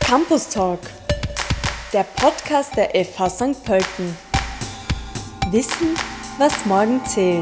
Campus Talk, der Podcast der FH St. Pölten. Wissen, was morgen zählt.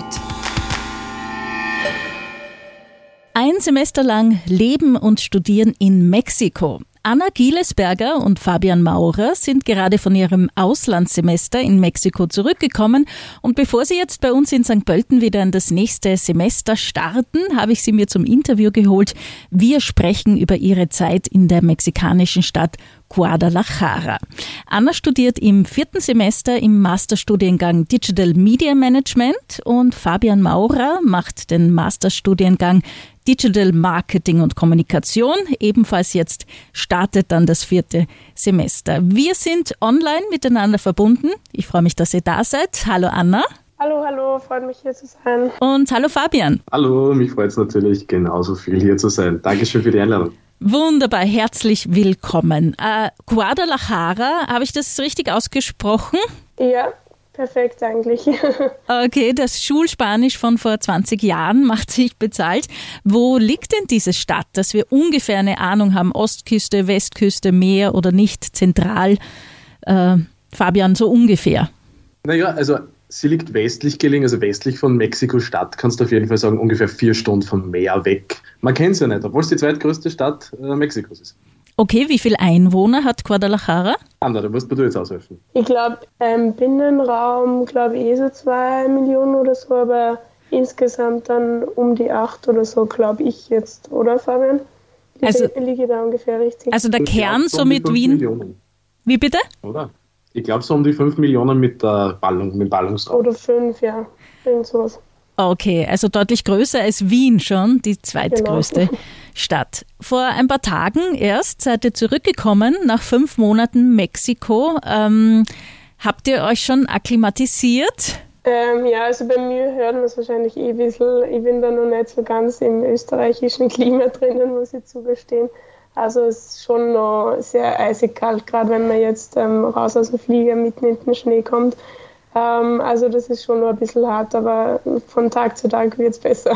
Ein Semester lang leben und studieren in Mexiko. Anna Gielesberger und Fabian Maurer sind gerade von ihrem Auslandssemester in Mexiko zurückgekommen. Und bevor sie jetzt bei uns in St. Pölten wieder in das nächste Semester starten, habe ich sie mir zum Interview geholt. Wir sprechen über ihre Zeit in der mexikanischen Stadt Guadalajara. Anna studiert im 4. Semester im Masterstudiengang Digital Media Management und Fabian Maurer macht den Masterstudiengang Digital Marketing und Kommunikation. Ebenfalls jetzt startet dann das 4. Semester. Wir sind online miteinander verbunden. Ich freue mich, dass ihr da seid. Hallo Anna. Hallo, freut mich hier zu sein. Und hallo Fabian. Hallo, mich freut es natürlich genauso viel hier zu sein. Dankeschön für die Einladung. Wunderbar, herzlich willkommen. Guadalajara, habe ich das richtig ausgesprochen? Ja, perfekt eigentlich. Okay, das Schulspanisch von vor 20 Jahren macht sich bezahlt. Wo liegt denn diese Stadt, dass wir ungefähr eine Ahnung haben, Ostküste, Westküste, Meer oder nicht zentral? Fabian, so ungefähr. Naja, also sie liegt westlich gelegen, also westlich von Mexiko-Stadt, kannst du auf jeden Fall sagen, ungefähr 4 Stunden vom Meer weg. Man kennt es ja nicht, obwohl es die zweitgrößte Stadt Mexikos ist. Okay, wie viele Einwohner hat Guadalajara? Anna, da musst du jetzt aushelfen. Ich glaube, Binnenraum, so 2 Millionen oder so, aber insgesamt dann um die 8 oder so, glaube ich jetzt, oder Fabian? Liege da ungefähr richtig. Also der Kern so mit Wien. Millionen. Wie bitte? Oder? Ich glaube so um die 5 Millionen mit mit Ballungsraum. Oder 5, ja. Irgend sowas. Okay, also deutlich größer als Wien schon, die zweitgrößte Stadt. Vor ein paar Tagen erst seid ihr zurückgekommen nach 5 Monaten Mexiko. Habt ihr euch schon akklimatisiert? Ja, also bei mir hört man es wahrscheinlich ein bisschen. Ich bin da noch nicht so ganz im österreichischen Klima drinnen, muss ich zugestehen. Also es ist schon noch sehr eisig kalt, gerade wenn man jetzt raus aus dem Flieger mitten in den Schnee kommt. Also das ist schon noch ein bisschen hart, aber von Tag zu Tag wird es besser.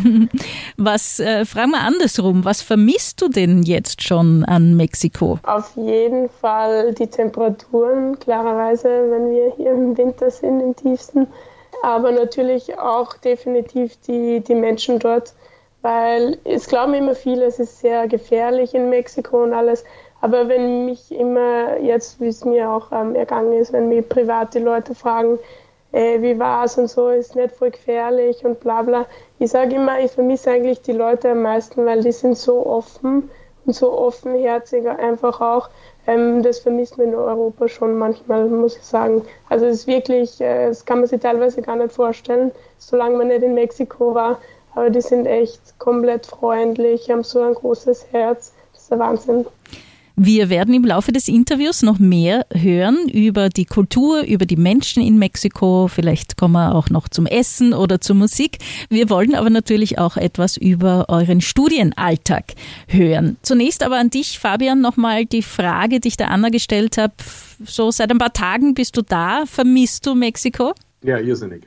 Fragen wir andersrum, was vermisst du denn jetzt schon an Mexiko? Auf jeden Fall die Temperaturen, klarerweise, wenn wir hier im Winter sind, im tiefsten. Aber natürlich auch definitiv die Menschen dort, weil es glauben immer viele, es ist sehr gefährlich in Mexiko und alles. Aber wenn mich immer jetzt, wie es mir auch ergangen ist, wenn mich private Leute fragen, wie war es und so, ist nicht voll gefährlich und bla bla. Ich sage immer, ich vermisse eigentlich die Leute am meisten, weil die sind so offen und so offenherzig einfach auch. Das vermisst man in Europa schon manchmal, muss ich sagen. Also es ist wirklich, das kann man sich teilweise gar nicht vorstellen, solange man nicht in Mexiko war. Aber die sind echt komplett freundlich, haben so ein großes Herz. Das ist der Wahnsinn. Wir werden im Laufe des Interviews noch mehr hören über die Kultur, über die Menschen in Mexiko. Vielleicht kommen wir auch noch zum Essen oder zur Musik. Wir wollen aber natürlich auch etwas über euren Studienalltag hören. Zunächst aber an dich, Fabian, nochmal die Frage, die ich der Anna gestellt habe. So seit ein paar Tagen bist du da. Vermisst du Mexiko? Ja, irrsinnig.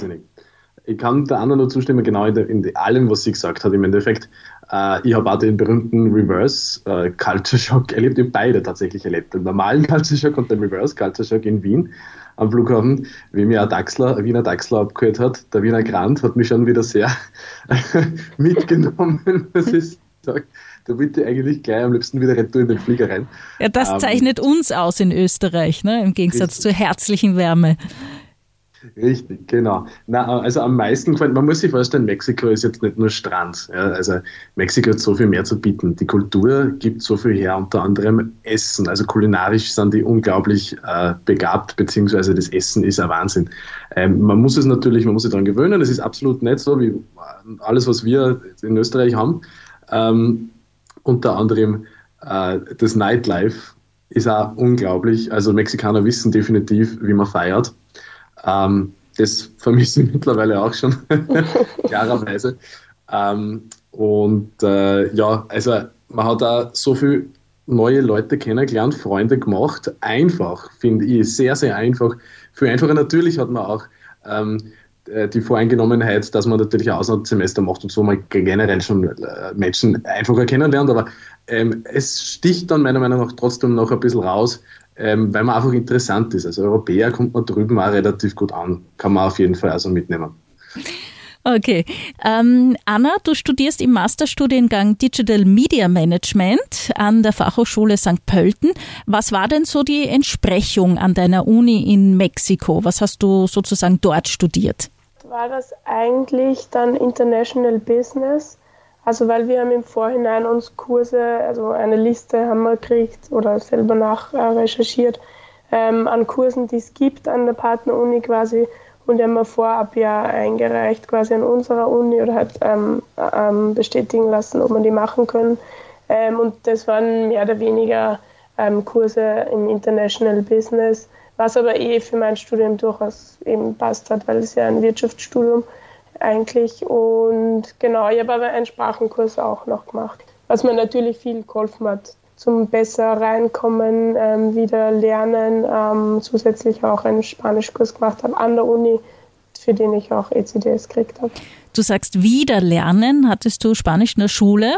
Ich kann der Anna nur zustimmen, genau in allem, was sie gesagt hat. Im Endeffekt, ich habe auch den berühmten Reverse Culture Shock erlebt. Ich habe beide tatsächlich erlebt. Den normalen Culture Shock und den Reverse Culture Shock in Wien am Flughafen, wie mir ein Wiener Dachsler abgeholt hat. Der Wiener Grand hat mich schon wieder sehr mitgenommen, was ich sage. Da wollte ich eigentlich gleich am liebsten wieder retour in den Flieger rein. Ja, das zeichnet uns aus in Österreich, ne? Im Gegensatz zur herzlichen Wärme. Richtig, genau. Also am meisten gefällt, man muss sich vorstellen, Mexiko ist jetzt nicht nur Strand. Ja, also Mexiko hat so viel mehr zu bieten. Die Kultur gibt so viel her, unter anderem Essen. Also kulinarisch sind die unglaublich begabt, beziehungsweise das Essen ist ein Wahnsinn. Man muss sich daran gewöhnen. Es ist absolut nicht so wie alles, was wir in Österreich haben. Unter anderem das Nightlife ist auch unglaublich. Also Mexikaner wissen definitiv, wie man feiert. Das vermisse ich mittlerweile auch schon, klarerweise. Also man hat auch so viele neue Leute kennengelernt, Freunde gemacht. Einfach, finde ich, sehr, sehr einfach. Viel einfacher natürlich hat man auch die Voreingenommenheit, dass man natürlich ein Auslandssemester macht und so man generell schon Menschen einfacher kennenlernt, aber es sticht dann meiner Meinung nach trotzdem noch ein bisschen raus, weil man einfach interessant ist. Also Europäer kommt man drüben auch relativ gut an, kann man auf jeden Fall also mitnehmen. Okay. Anna, du studierst im Masterstudiengang Digital Media Management an der Fachhochschule St. Pölten. Was war denn so die Entsprechung an deiner Uni in Mexiko? Was hast du sozusagen dort studiert? War das eigentlich dann International Business? Also weil wir haben im Vorhinein uns Kurse, also eine Liste haben wir gekriegt oder selber recherchiert an Kursen, die es gibt an der Partneruni quasi. Und die haben wir vorab ja eingereicht, quasi an unserer Uni oder halt bestätigen lassen, ob wir die machen können. Und das waren mehr oder weniger Kurse im International Business, was aber für mein Studium durchaus eben passt hat, weil es ja ein Wirtschaftsstudium eigentlich. Und genau, ich habe aber einen Sprachenkurs auch noch gemacht, was mir natürlich viel geholfen hat, zum besser reinkommen, wieder lernen, zusätzlich auch einen Spanischkurs gemacht habe an der Uni, für den ich auch ECTS gekriegt habe. Du sagst wieder lernen, hattest du Spanisch in der Schule?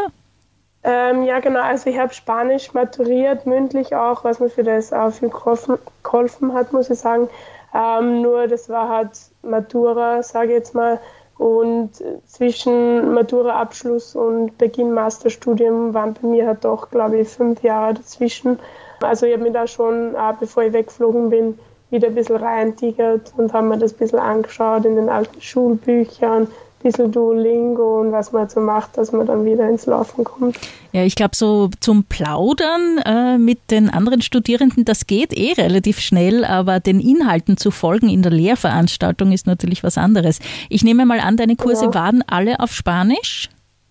Ja genau, also ich habe Spanisch maturiert, mündlich auch, was mir für das auch viel geholfen hat, muss ich sagen. Nur das war halt Matura, sage ich jetzt mal. Und zwischen Matura-Abschluss und Beginn Masterstudium waren bei mir halt doch, glaube ich, 5 Jahre dazwischen. Also ich habe mir da schon, bevor ich weggeflogen bin, wieder ein bisschen reintigert und habe mir das ein bisschen angeschaut in den alten Schulbüchern, ein bisschen Duolingo und was man so macht, dass man dann wieder ins Laufen kommt. Ja, ich glaube, so zum Plaudern mit den anderen Studierenden, das geht relativ schnell, aber den Inhalten zu folgen in der Lehrveranstaltung ist natürlich was anderes. Ich nehme mal an, deine Kurse waren alle auf Spanisch?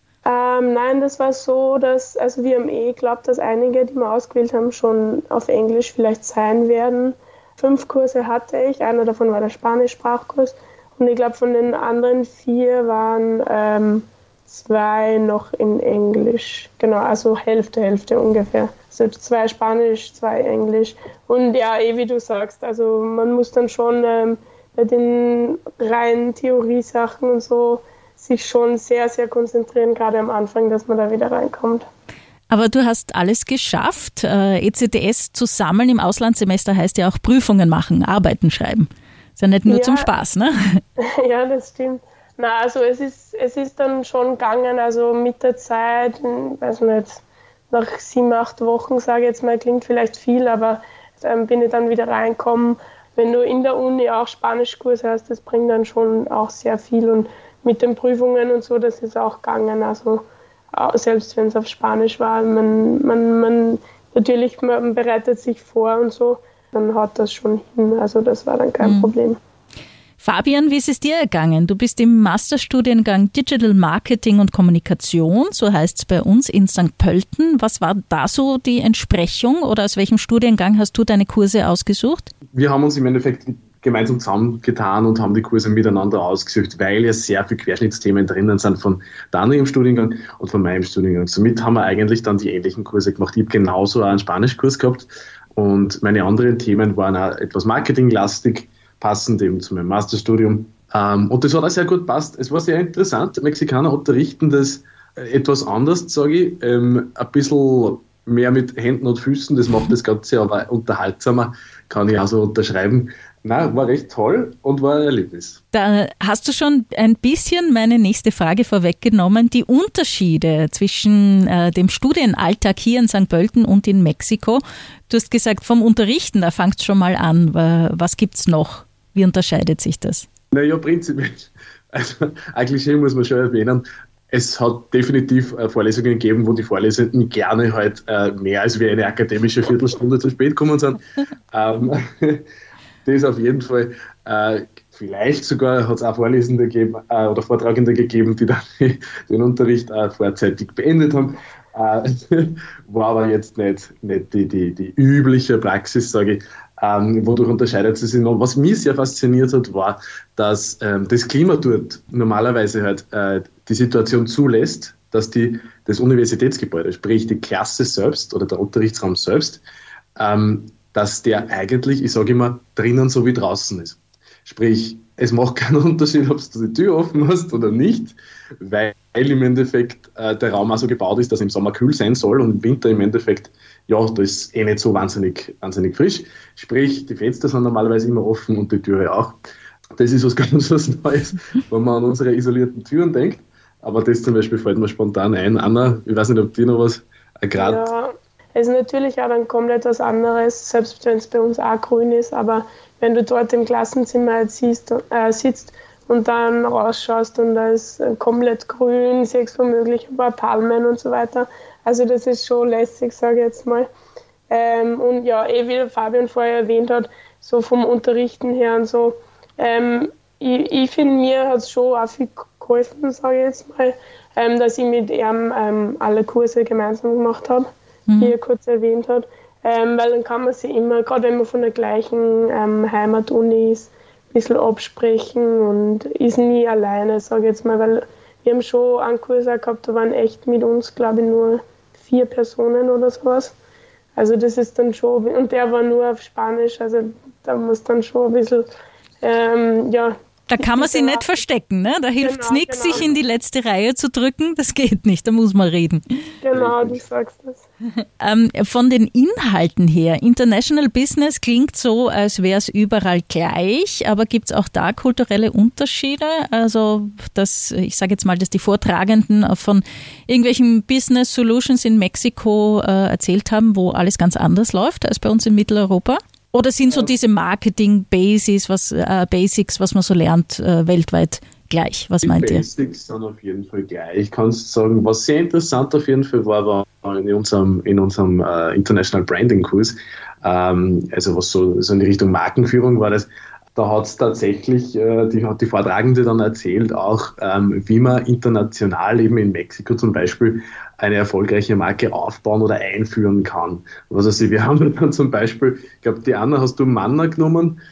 Nein, das war so, dass, also wir haben geglaubt, dass einige, die wir ausgewählt haben, schon auf Englisch vielleicht sein werden. 5 Kurse hatte ich, einer davon war der Spanisch-Sprachkurs. Und ich glaube, von den anderen 4 waren 2 noch in Englisch. Genau, also Hälfte ungefähr. Also 2 Spanisch, 2 Englisch. Und ja, wie du sagst, also man muss dann schon bei den reinen Theoriesachen und so sich schon sehr, sehr konzentrieren, gerade am Anfang, dass man da wieder reinkommt. Aber du hast alles geschafft. ECTS zu sammeln im Auslandssemester heißt ja auch Prüfungen machen, Arbeiten schreiben. Ist ja nicht nur zum Spaß, ne? Ja, das stimmt. Na, also es ist dann schon gegangen, also mit der Zeit, weiß nicht, nach 7, 8 Wochen, sage ich jetzt mal, klingt vielleicht viel, aber bin ich dann wieder reingekommen. Wenn du in der Uni auch Spanischkurs hast, das bringt dann schon auch sehr viel und mit den Prüfungen und so, das ist auch gegangen, also selbst wenn es auf Spanisch war, man natürlich, man bereitet sich vor und so, dann haut das schon hin, also das war dann kein Problem. Fabian, wie ist es dir ergangen? Du bist im Masterstudiengang Digital Marketing und Kommunikation, so heißt es bei uns in St. Pölten. Was war da so die Entsprechung oder aus welchem Studiengang hast du deine Kurse ausgesucht? Wir haben uns im Endeffekt gemeinsam zusammengetan und haben die Kurse miteinander ausgesucht, weil ja sehr viele Querschnittsthemen drinnen sind von Dani im Studiengang und von meinem Studiengang. Somit haben wir eigentlich dann die ähnlichen Kurse gemacht. Ich habe genauso einen Spanischkurs gehabt und meine anderen Themen waren auch etwas marketinglastig, passend eben zu meinem Masterstudium. Und das hat auch sehr gut gepasst. Es war sehr interessant. Mexikaner unterrichten das etwas anders, sage ich. Ein bisschen mehr mit Händen und Füßen. Das macht das Ganze aber unterhaltsamer. Kann ich auch so unterschreiben. Nein, war recht toll und war ein Erlebnis. Da hast du schon ein bisschen meine nächste Frage vorweggenommen. Die Unterschiede zwischen dem Studienalltag hier in St. Pölten und in Mexiko. Du hast gesagt, vom Unterrichten, da fangst du schon mal an. Was gibt's noch? Wie unterscheidet sich das? Naja, prinzipiell, also ein Klischee muss man schon erwähnen. Es hat definitiv Vorlesungen gegeben, wo die Vorlesenden gerne halt mehr als wie eine akademische Viertelstunde zu spät gekommen sind. Das auf jeden Fall. Vielleicht sogar hat es auch Vorlesende gegeben oder Vortragende gegeben, die dann den Unterricht vorzeitig beendet haben. War aber jetzt nicht die übliche Praxis, sage ich. Wodurch unterscheidet sie sich noch? Was mich sehr fasziniert hat, war, dass das Klima dort normalerweise halt die Situation zulässt, dass das Universitätsgebäude, sprich die Klasse selbst oder der Unterrichtsraum selbst, dass der eigentlich, ich sage immer, drinnen so wie draußen ist. Sprich, es macht keinen Unterschied, ob du die Tür offen hast oder nicht, weil im Endeffekt der Raum auch so gebaut ist, dass er im Sommer kühl sein soll und im Winter im Endeffekt, ja, da ist nicht so wahnsinnig frisch. Sprich, die Fenster sind normalerweise immer offen und die Türe auch. Das ist was ganz was Neues, wenn man an unsere isolierten Türen denkt. Aber das zum Beispiel fällt mir spontan ein. Anna, ich weiß nicht, ob dir noch was gerade... Ja, es ist natürlich auch dann komplett was anderes, selbst wenn es bei uns auch grün ist, aber wenn du dort im Klassenzimmer jetzt sitzt und dann rausschaust und da ist komplett grün, siehst womöglich ein paar Palmen und so weiter. Also das ist schon lässig, sage ich jetzt mal. Und ja, wie der Fabian vorher erwähnt hat, so vom Unterrichten her und so, ich finde, mir hat es schon auch viel geholfen, sage ich jetzt mal, dass ich mit ihm alle Kurse gemeinsam gemacht habe, wie er kurz erwähnt hat. Weil dann kann man sich immer, gerade wenn man von der gleichen Heimatuni ist, ein bisschen absprechen und ist nie alleine, sage ich jetzt mal, weil wir haben schon einen Kurs auch gehabt, da waren echt mit uns, glaube ich, nur 4 Personen oder sowas. Also das ist dann schon, und der war nur auf Spanisch, also da muss dann schon ein bisschen, ja. Da kann man sich nicht verstecken, ne? Da hilft es nichts, sich in die letzte Reihe zu drücken. Das geht nicht, da muss man reden. Genau, du sagst das. Von den Inhalten her, International Business klingt so, als wäre es überall gleich, aber gibt es auch da kulturelle Unterschiede? Also, ich sage jetzt mal, dass die Vortragenden von irgendwelchen Business Solutions in Mexiko erzählt haben, wo alles ganz anders läuft als bei uns in Mitteleuropa? Oder sind so diese Marketing-Basics, was man so lernt, weltweit gleich? Was meint ihr? Die Basics sind auf jeden Fall gleich. Ich kann sagen, was sehr interessant auf jeden Fall war in unserem International Branding-Kurs, also was so in die Richtung Markenführung war das, da hat es tatsächlich, hat die Vortragende dann erzählt, auch wie man international eben in Mexiko zum Beispiel eine erfolgreiche Marke aufbauen oder einführen kann. Also wir haben dann zum Beispiel, ich glaube, die Anna, hast du Manna genommen?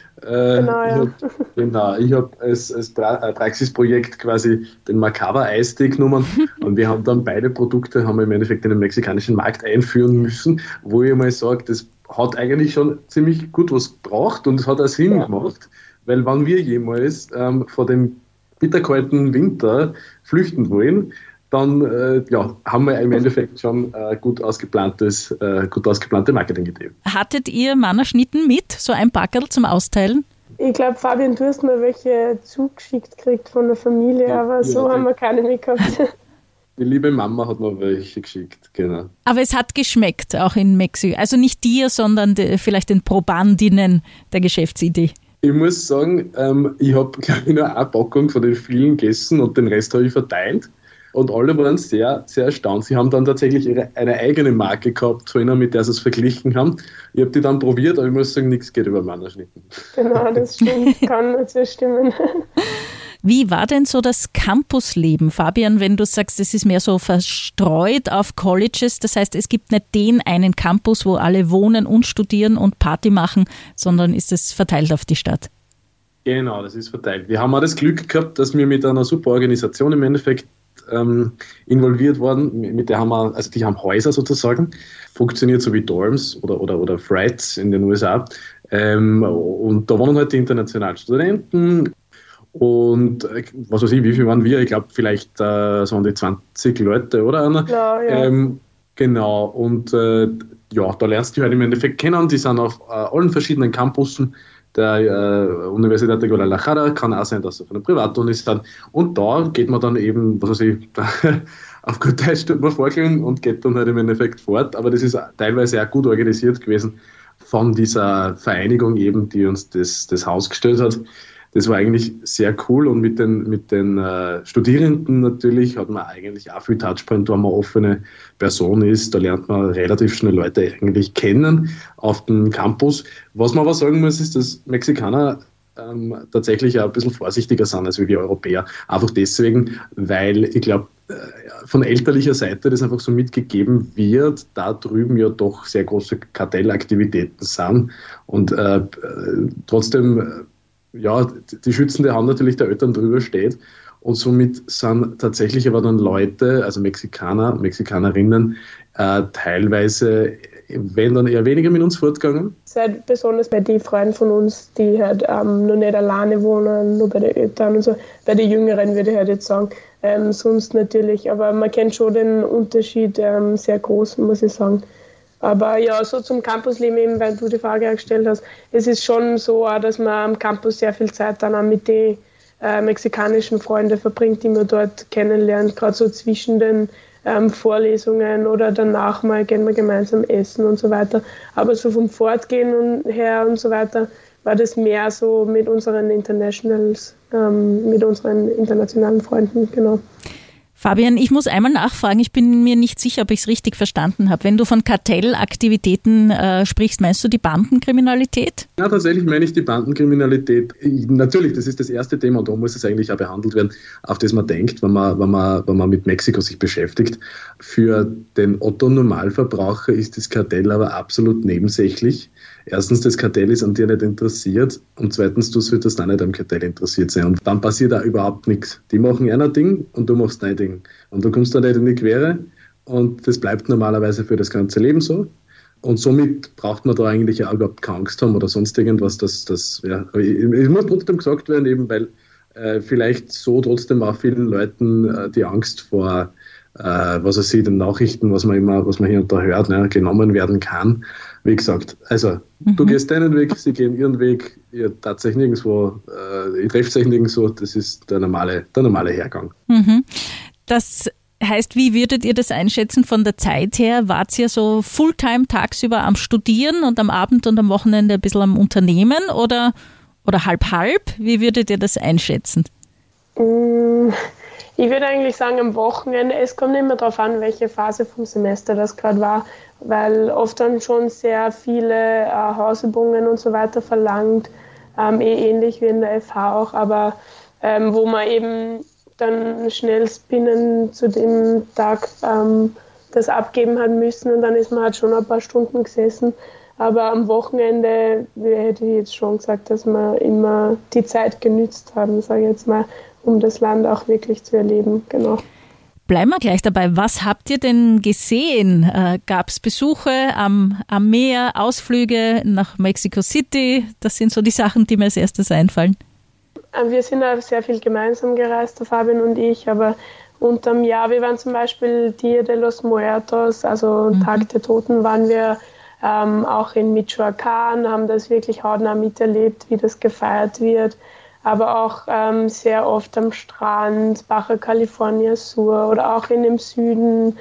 Ich habe als Praxisprojekt quasi den Macaba-Eistee genommen und wir haben dann beide Produkte haben wir im Endeffekt in den mexikanischen Markt einführen müssen, wo ich mal sage, das hat eigentlich schon ziemlich gut was gebracht und es hat auch Sinn gemacht, weil wenn wir jemals vor dem bitterkalten Winter flüchten wollen, dann haben wir im Endeffekt schon gut ausgeplante Marketing-Idee. Hattet ihr Mannerschnitten mit, so ein Packerl zum Austeilen? Ich glaube, Fabian, du hast noch welche zugeschickt gekriegt von der Familie, aber so haben wir keine mitgehabt. Die liebe Mama hat noch welche geschickt, genau. Aber es hat geschmeckt, auch in Mexiko. Also nicht dir, sondern vielleicht den Probandinnen der Geschäftsidee. Ich muss sagen, ich habe, glaube ich, nur eine Packung von den vielen gegessen und den Rest habe ich verteilt. Und alle waren sehr, sehr erstaunt. Sie haben dann tatsächlich eine eigene Marke gehabt, mit der sie es verglichen haben. Ich habe die dann probiert, aber ich muss sagen, nichts geht über Mannerschnitten. Genau, das stimmt. Kann natürlich stimmen. Wie war denn so das Campusleben, Fabian, wenn du sagst, es ist mehr so verstreut auf Colleges, das heißt, es gibt nicht den einen Campus, wo alle wohnen und studieren und Party machen, sondern ist es verteilt auf die Stadt? Genau, das ist verteilt. Wir haben auch das Glück gehabt, dass wir mit einer super Organisation im Endeffekt involviert worden, mit der haben wir, also die haben Häuser sozusagen, funktioniert so wie Dorms oder Frights in den USA und da wohnen halt die internationalen Studenten und was weiß ich, wie viel waren wir? Ich glaube vielleicht so an die 20 Leute, oder Anna? Ja. Genau, und da lernst du halt im Endeffekt kennen, die sind auf allen verschiedenen Campussen der Universidad de Guadalajara, kann auch sein, dass sie von der Privatuni sind. Und da geht man dann eben, was weiß ich, auf gut Deutsch tut man vorgeln und geht dann halt im Endeffekt fort. Aber das ist teilweise auch gut organisiert gewesen von dieser Vereinigung eben, die uns das Haus gestellt hat. Das war eigentlich sehr cool und mit den Studierenden natürlich hat man eigentlich auch viel Touchpoint, wenn man offene Person ist. Da lernt man relativ schnell Leute eigentlich kennen auf dem Campus. Was man aber sagen muss, ist, dass Mexikaner tatsächlich auch ein bisschen vorsichtiger sind als wir Europäer. Einfach deswegen, weil ich glaube, von elterlicher Seite das einfach so mitgegeben wird, da drüben ja doch sehr große Kartellaktivitäten sind und trotzdem die schützende Hand natürlich der Eltern drüber steht Und somit sind tatsächlich aber dann Leute, also Mexikaner, Mexikanerinnen, teilweise, wenn dann eher weniger mit uns fortgegangen. Halt besonders bei den Freunden von uns, die halt noch nicht alleine wohnen, nur bei den Eltern und so. Bei den Jüngeren würde ich halt jetzt sagen. Sonst natürlich, aber man kennt schon den Unterschied sehr groß, muss ich sagen. Aber ja, so zum Campusleben eben, weil du die Frage auch gestellt hast, es ist schon so, dass man am Campus sehr viel Zeit dann auch mit den mexikanischen Freunden verbringt, die man dort kennenlernt, gerade so zwischen den Vorlesungen oder danach mal gehen wir gemeinsam essen und so weiter. Aber so vom Fortgehen her und so weiter war das mehr so mit unseren Internationals, mit unseren internationalen Freunden, genau. Fabian, ich muss einmal nachfragen, ich bin mir nicht sicher, ob ich es richtig verstanden habe. Wenn du von Kartellaktivitäten sprichst, meinst du die Bandenkriminalität? Ja, tatsächlich meine ich die Bandenkriminalität. Natürlich, das ist das erste Thema, da muss es eigentlich auch behandelt werden, auf das man denkt, wenn man mit Mexiko sich beschäftigt. Für den Otto-Normalverbraucher ist das Kartell aber absolut nebensächlich. Erstens, das Kartell ist an dir nicht interessiert und zweitens, du solltest auch nicht am Kartell interessiert sein. Und dann passiert auch überhaupt nichts. Die machen ein Ding und du machst dein Ding. Und du kommst dann nicht in die Quere und das bleibt normalerweise für das ganze Leben so. Und somit braucht man da eigentlich auch überhaupt keine Angst haben oder sonst irgendwas. Es muss trotzdem gesagt werden, eben weil vielleicht so trotzdem auch vielen Leuten die Angst vor was er sieht in Nachrichten, was man hier und da hört, ne, genommen werden kann. Wie gesagt, also du gehst deinen Weg, sie gehen ihren Weg, ihr trefft euch nirgendwo, das ist der normale Hergang. Mhm. Das heißt, wie würdet ihr das einschätzen von der Zeit her? Wart ihr so Fulltime tagsüber am Studieren und am Abend und am Wochenende ein bisschen am Unternehmen oder halb-halb? Wie würdet ihr das einschätzen? Ich würde eigentlich sagen, am Wochenende, es kommt immer darauf an, welche Phase vom Semester das gerade war, weil oft dann schon sehr viele Hausübungen und so weiter verlangt, ähnlich wie in der FH auch, aber wo man eben dann schnell binnen zu dem Tag das abgeben hat müssen und dann ist man halt schon ein paar Stunden gesessen. Aber am Wochenende hätte ich jetzt schon gesagt, dass wir immer die Zeit genützt haben, sage ich jetzt mal, um das Land auch wirklich zu erleben. Genau. Bleiben wir gleich dabei. Was habt ihr denn gesehen? Gab es Besuche am Meer, Ausflüge nach Mexico City? Das sind so die Sachen, die mir als erstes einfallen. Wir sind auch sehr viel gemeinsam gereist, der Fabian und ich, aber unterm Jahr, wir waren zum Beispiel Dia de los Muertos, also Tag der Toten, waren wir auch in Michoacán, haben das wirklich hautnah miterlebt, wie das gefeiert wird, aber auch sehr oft am Strand, Baja California Sur oder auch in dem Süden,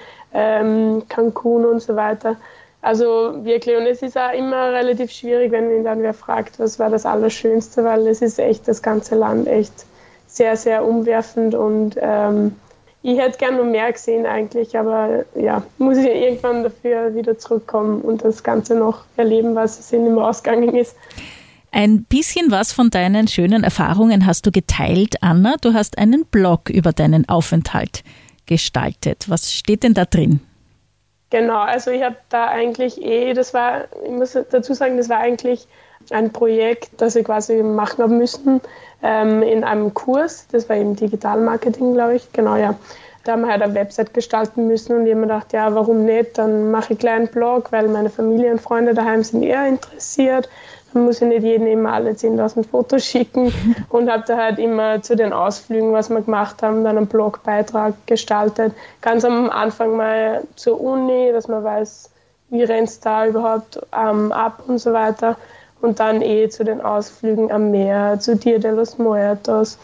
Cancun und so weiter. Also wirklich, und es ist auch immer relativ schwierig, wenn ihn dann wer fragt, was war das Allerschönste, weil es ist echt das ganze Land echt sehr, sehr umwerfend und ich hätte gerne noch mehr gesehen eigentlich, aber ja, muss ich irgendwann dafür wieder zurückkommen und das Ganze noch erleben, was es in dem ausgegangen ist. Ein bisschen was von deinen schönen Erfahrungen hast du geteilt, Anna. Du hast einen Blog über deinen Aufenthalt gestaltet. Was steht denn da drin? Genau, also ich habe da eigentlich ich muss dazu sagen, das war eigentlich ein Projekt, das ich quasi machen habe müssen in einem Kurs. Das war eben Digitalmarketing, glaube ich. Genau, ja. Da haben wir halt eine Website gestalten müssen und ich habe mir gedacht, ja, warum nicht? Dann mache ich einen kleinen Blog, weil meine Familie und Freunde daheim sind eher interessiert. Dann muss ich nicht jedem immer alle 10.000 Fotos schicken und habe da halt immer zu den Ausflügen, was wir gemacht haben, dann einen Blogbeitrag gestaltet. Ganz am Anfang mal zur Uni, dass man weiß, wie rennt es da überhaupt ab und so weiter. Und dann zu den Ausflügen am Meer, zu Dia de los Muertos,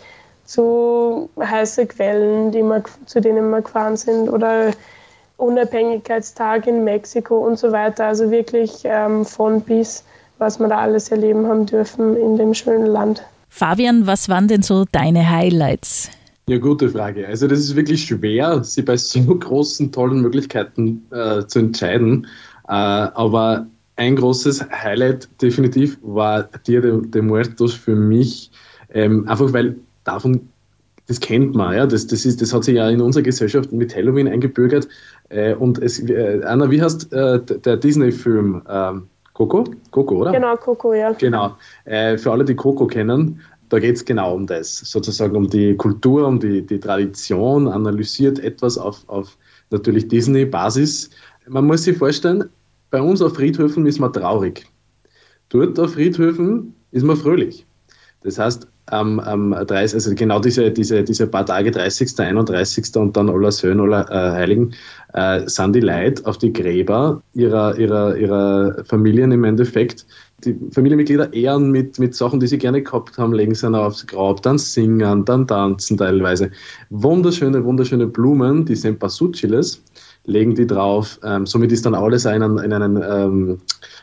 zu heißen Quellen, zu denen wir gefahren sind oder Unabhängigkeitstag in Mexiko und so weiter. Also wirklich von bis, was wir da alles erleben haben dürfen in dem schönen Land. Fabian, was waren denn so deine Highlights? Ja, gute Frage. Also das ist wirklich schwer, sich bei so großen, tollen Möglichkeiten zu entscheiden. Aber ein großes Highlight definitiv war Dia de Muertos für mich, einfach weil davon, das kennt man, ja, das hat sich ja in unserer Gesellschaft mit Halloween eingebürgert. Und Anna, wie heißt der Disney-Film? Coco? Coco, oder? Genau, Coco, ja. Genau. Für alle, die Coco kennen, da geht es genau um das, sozusagen um die Kultur, um die Tradition, analysiert etwas auf natürlich Disney-Basis. Man muss sich vorstellen, bei uns auf Friedhöfen ist man traurig. Dort auf Friedhöfen ist man fröhlich. Das heißt, am 30, also genau diese paar Tage, 30., 31. und dann Allershöhen, Allerheiligen, sind die Leute auf die Gräber ihrer Familien im Endeffekt. Die Familienmitglieder ehren mit Sachen, die sie gerne gehabt haben, legen sie dann aufs Grab, dann singen, dann tanzen teilweise. Wunderschöne Blumen, die Cempasúchiles, legen die drauf. Somit ist dann alles in einen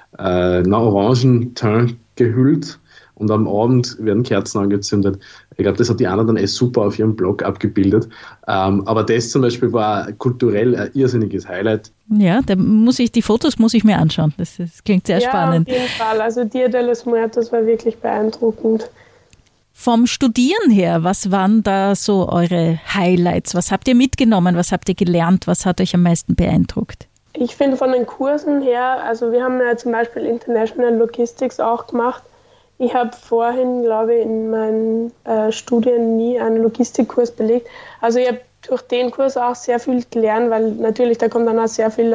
orangen Teint gehüllt. Und am Abend werden Kerzen angezündet. Ich glaube, das hat die Anna dann super auf ihrem Blog abgebildet. Aber das zum Beispiel war kulturell ein irrsinniges Highlight. Ja, die Fotos muss ich mir anschauen. Das klingt sehr spannend. Ja, auf jeden Fall. Also Dia de los Muertos war wirklich beeindruckend. Vom Studieren her, was waren da so eure Highlights? Was habt ihr mitgenommen? Was habt ihr gelernt? Was hat euch am meisten beeindruckt? Ich finde von den Kursen her, also wir haben ja zum Beispiel International Logistics auch gemacht. Ich habe vorhin, glaube ich, in meinen Studien nie einen Logistikkurs belegt. Also ich habe durch den Kurs auch sehr viel gelernt, weil natürlich da kommt dann auch sehr viel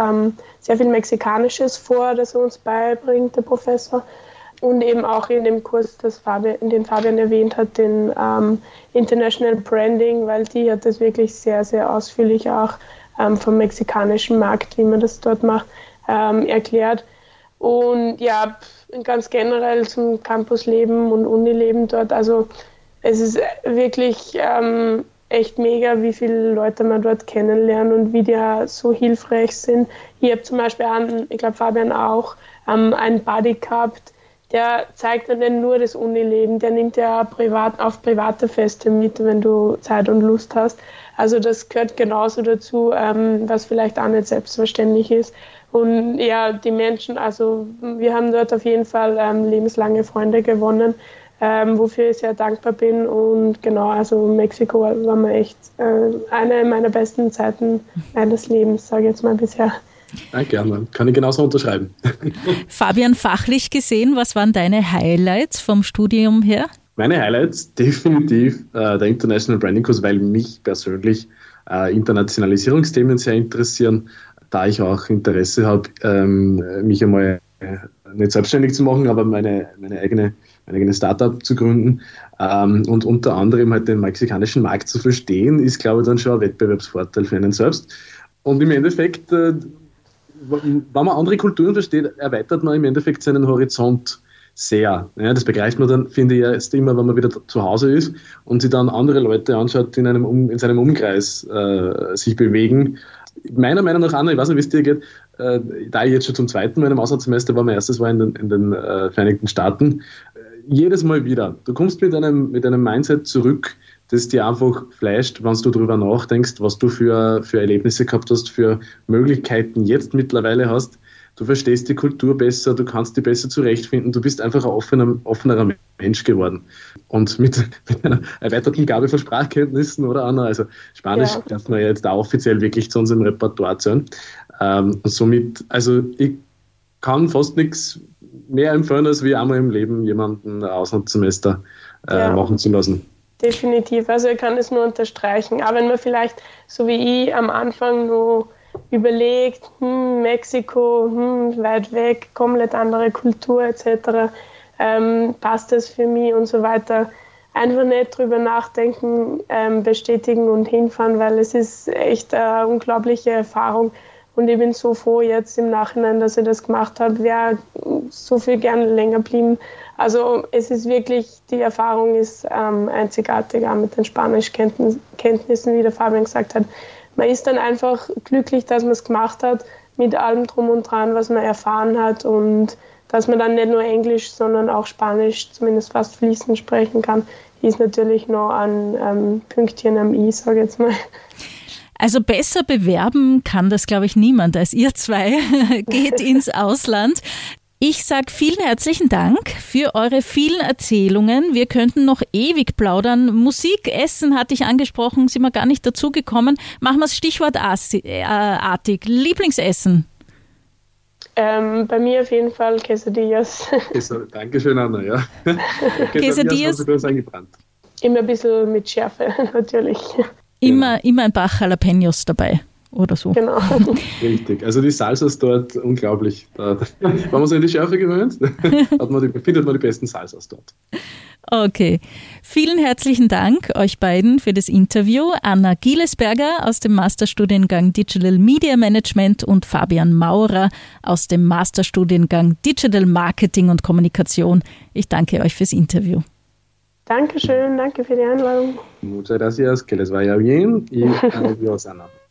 Mexikanisches vor, das er uns beibringt, der Professor. Und eben auch in dem Kurs, den Fabian erwähnt hat, den International Branding, weil die hat das wirklich sehr, sehr ausführlich auch vom mexikanischen Markt, wie man das dort macht, erklärt. Und ja, ganz generell zum Campusleben und Unileben dort. Also es ist wirklich echt mega, wie viele Leute man dort kennenlernt und wie die so hilfreich sind. Ich habe zum Beispiel ich glaube Fabian auch, einen Buddy gehabt, der zeigt dann nicht nur das Unileben, der nimmt ja auf private Feste mit, wenn du Zeit und Lust hast. Also das gehört genauso dazu, was vielleicht auch nicht selbstverständlich ist. Und ja, die Menschen, also wir haben dort auf jeden Fall lebenslange Freunde gewonnen, wofür ich sehr dankbar bin. Und genau, also Mexiko war mir echt eine meiner besten Zeiten meines Lebens, sage ich jetzt mal bisher. Danke, Anna. Kann ich genauso unterschreiben. Fabian, fachlich gesehen, was waren deine Highlights vom Studium her? Meine Highlights definitiv der International Branding Kurs, weil mich persönlich Internationalisierungsthemen sehr interessieren, da ich auch Interesse habe, mich einmal nicht selbstständig zu machen, aber meine eigene Startup zu gründen und unter anderem halt den mexikanischen Markt zu verstehen, ist, glaube ich, dann schon ein Wettbewerbsvorteil für einen selbst. Und im Endeffekt, wenn man andere Kulturen versteht, erweitert man im Endeffekt seinen Horizont sehr. Ja, das begreift man dann, finde ich, erst immer, wenn man wieder zu Hause ist und sich dann andere Leute anschaut, die in seinem Umkreis sich bewegen. Meiner Meinung nach, Anna, ich weiß nicht, wie es dir geht, da ich jetzt schon zum zweiten Mal in einem Auslandssemester war, mein erstes war in den Vereinigten Staaten, jedes Mal wieder. Du kommst mit einem Mindset zurück, das dir einfach flasht, wenn du darüber nachdenkst, was du für Erlebnisse gehabt hast, für Möglichkeiten jetzt mittlerweile hast. Du verstehst die Kultur besser, du kannst die besser zurechtfinden, du bist einfach ein offenerer Mensch geworden. Und mit einer erweiterten Gabe von Sprachkenntnissen, oder Anna? Also Spanisch darf man ja jetzt auch offiziell wirklich zu unserem Repertoire zählen. Somit, also ich kann fast nichts mehr empfehlen, als wie einmal im Leben jemanden ein Auslandssemester machen zu lassen. Definitiv, also ich kann es nur unterstreichen. Aber wenn man vielleicht, so wie ich, am Anfang nur überlegt, Mexiko, weit weg, komplett andere Kultur etc., passt das für mich und so weiter, einfach nicht drüber nachdenken, bestätigen und hinfahren, weil es ist echt eine unglaubliche Erfahrung. Und ich bin so froh jetzt im Nachhinein, dass ich das gemacht habe. Wäre so viel gerne länger geblieben. Also es ist wirklich, die Erfahrung ist einzigartig, auch mit den Spanischkenntnissen, wie der Fabian gesagt hat. Man ist dann einfach glücklich, dass man es gemacht hat, mit allem drum und dran, was man erfahren hat und dass man dann nicht nur Englisch, sondern auch Spanisch zumindest fast fließend sprechen kann, ist natürlich noch ein Pünktchen am I, sage ich jetzt mal. Also besser bewerben kann das, glaube ich, niemand als ihr zwei. Geht ins Ausland. Ich sage vielen herzlichen Dank für eure vielen Erzählungen. Wir könnten noch ewig plaudern. Musik, Essen hatte ich angesprochen, sind wir gar nicht dazu gekommen. Machen wir es stichwortartig. Lieblingsessen? Bei mir auf jeden Fall Quesadillas. Dankeschön, Anna. Ja. Quesadillas hast du uns eingebrannt. Immer ein bisschen mit Schärfe, natürlich. Immer ein Bach Jalapenos dabei oder so. Genau. Richtig. Also die Salsas dort, unglaublich. Wenn man sich an die Schärfe gewöhnt, findet man die besten Salsas dort. Okay. Vielen herzlichen Dank euch beiden für das Interview. Anna Gielesberger aus dem Masterstudiengang Digital Media Management und Fabian Maurer aus dem Masterstudiengang Digital Marketing und Kommunikation. Ich danke euch fürs Interview. Dankeschön, danke für die Einladung. Muchas gracias, que les vaya bien y adiós, Ana.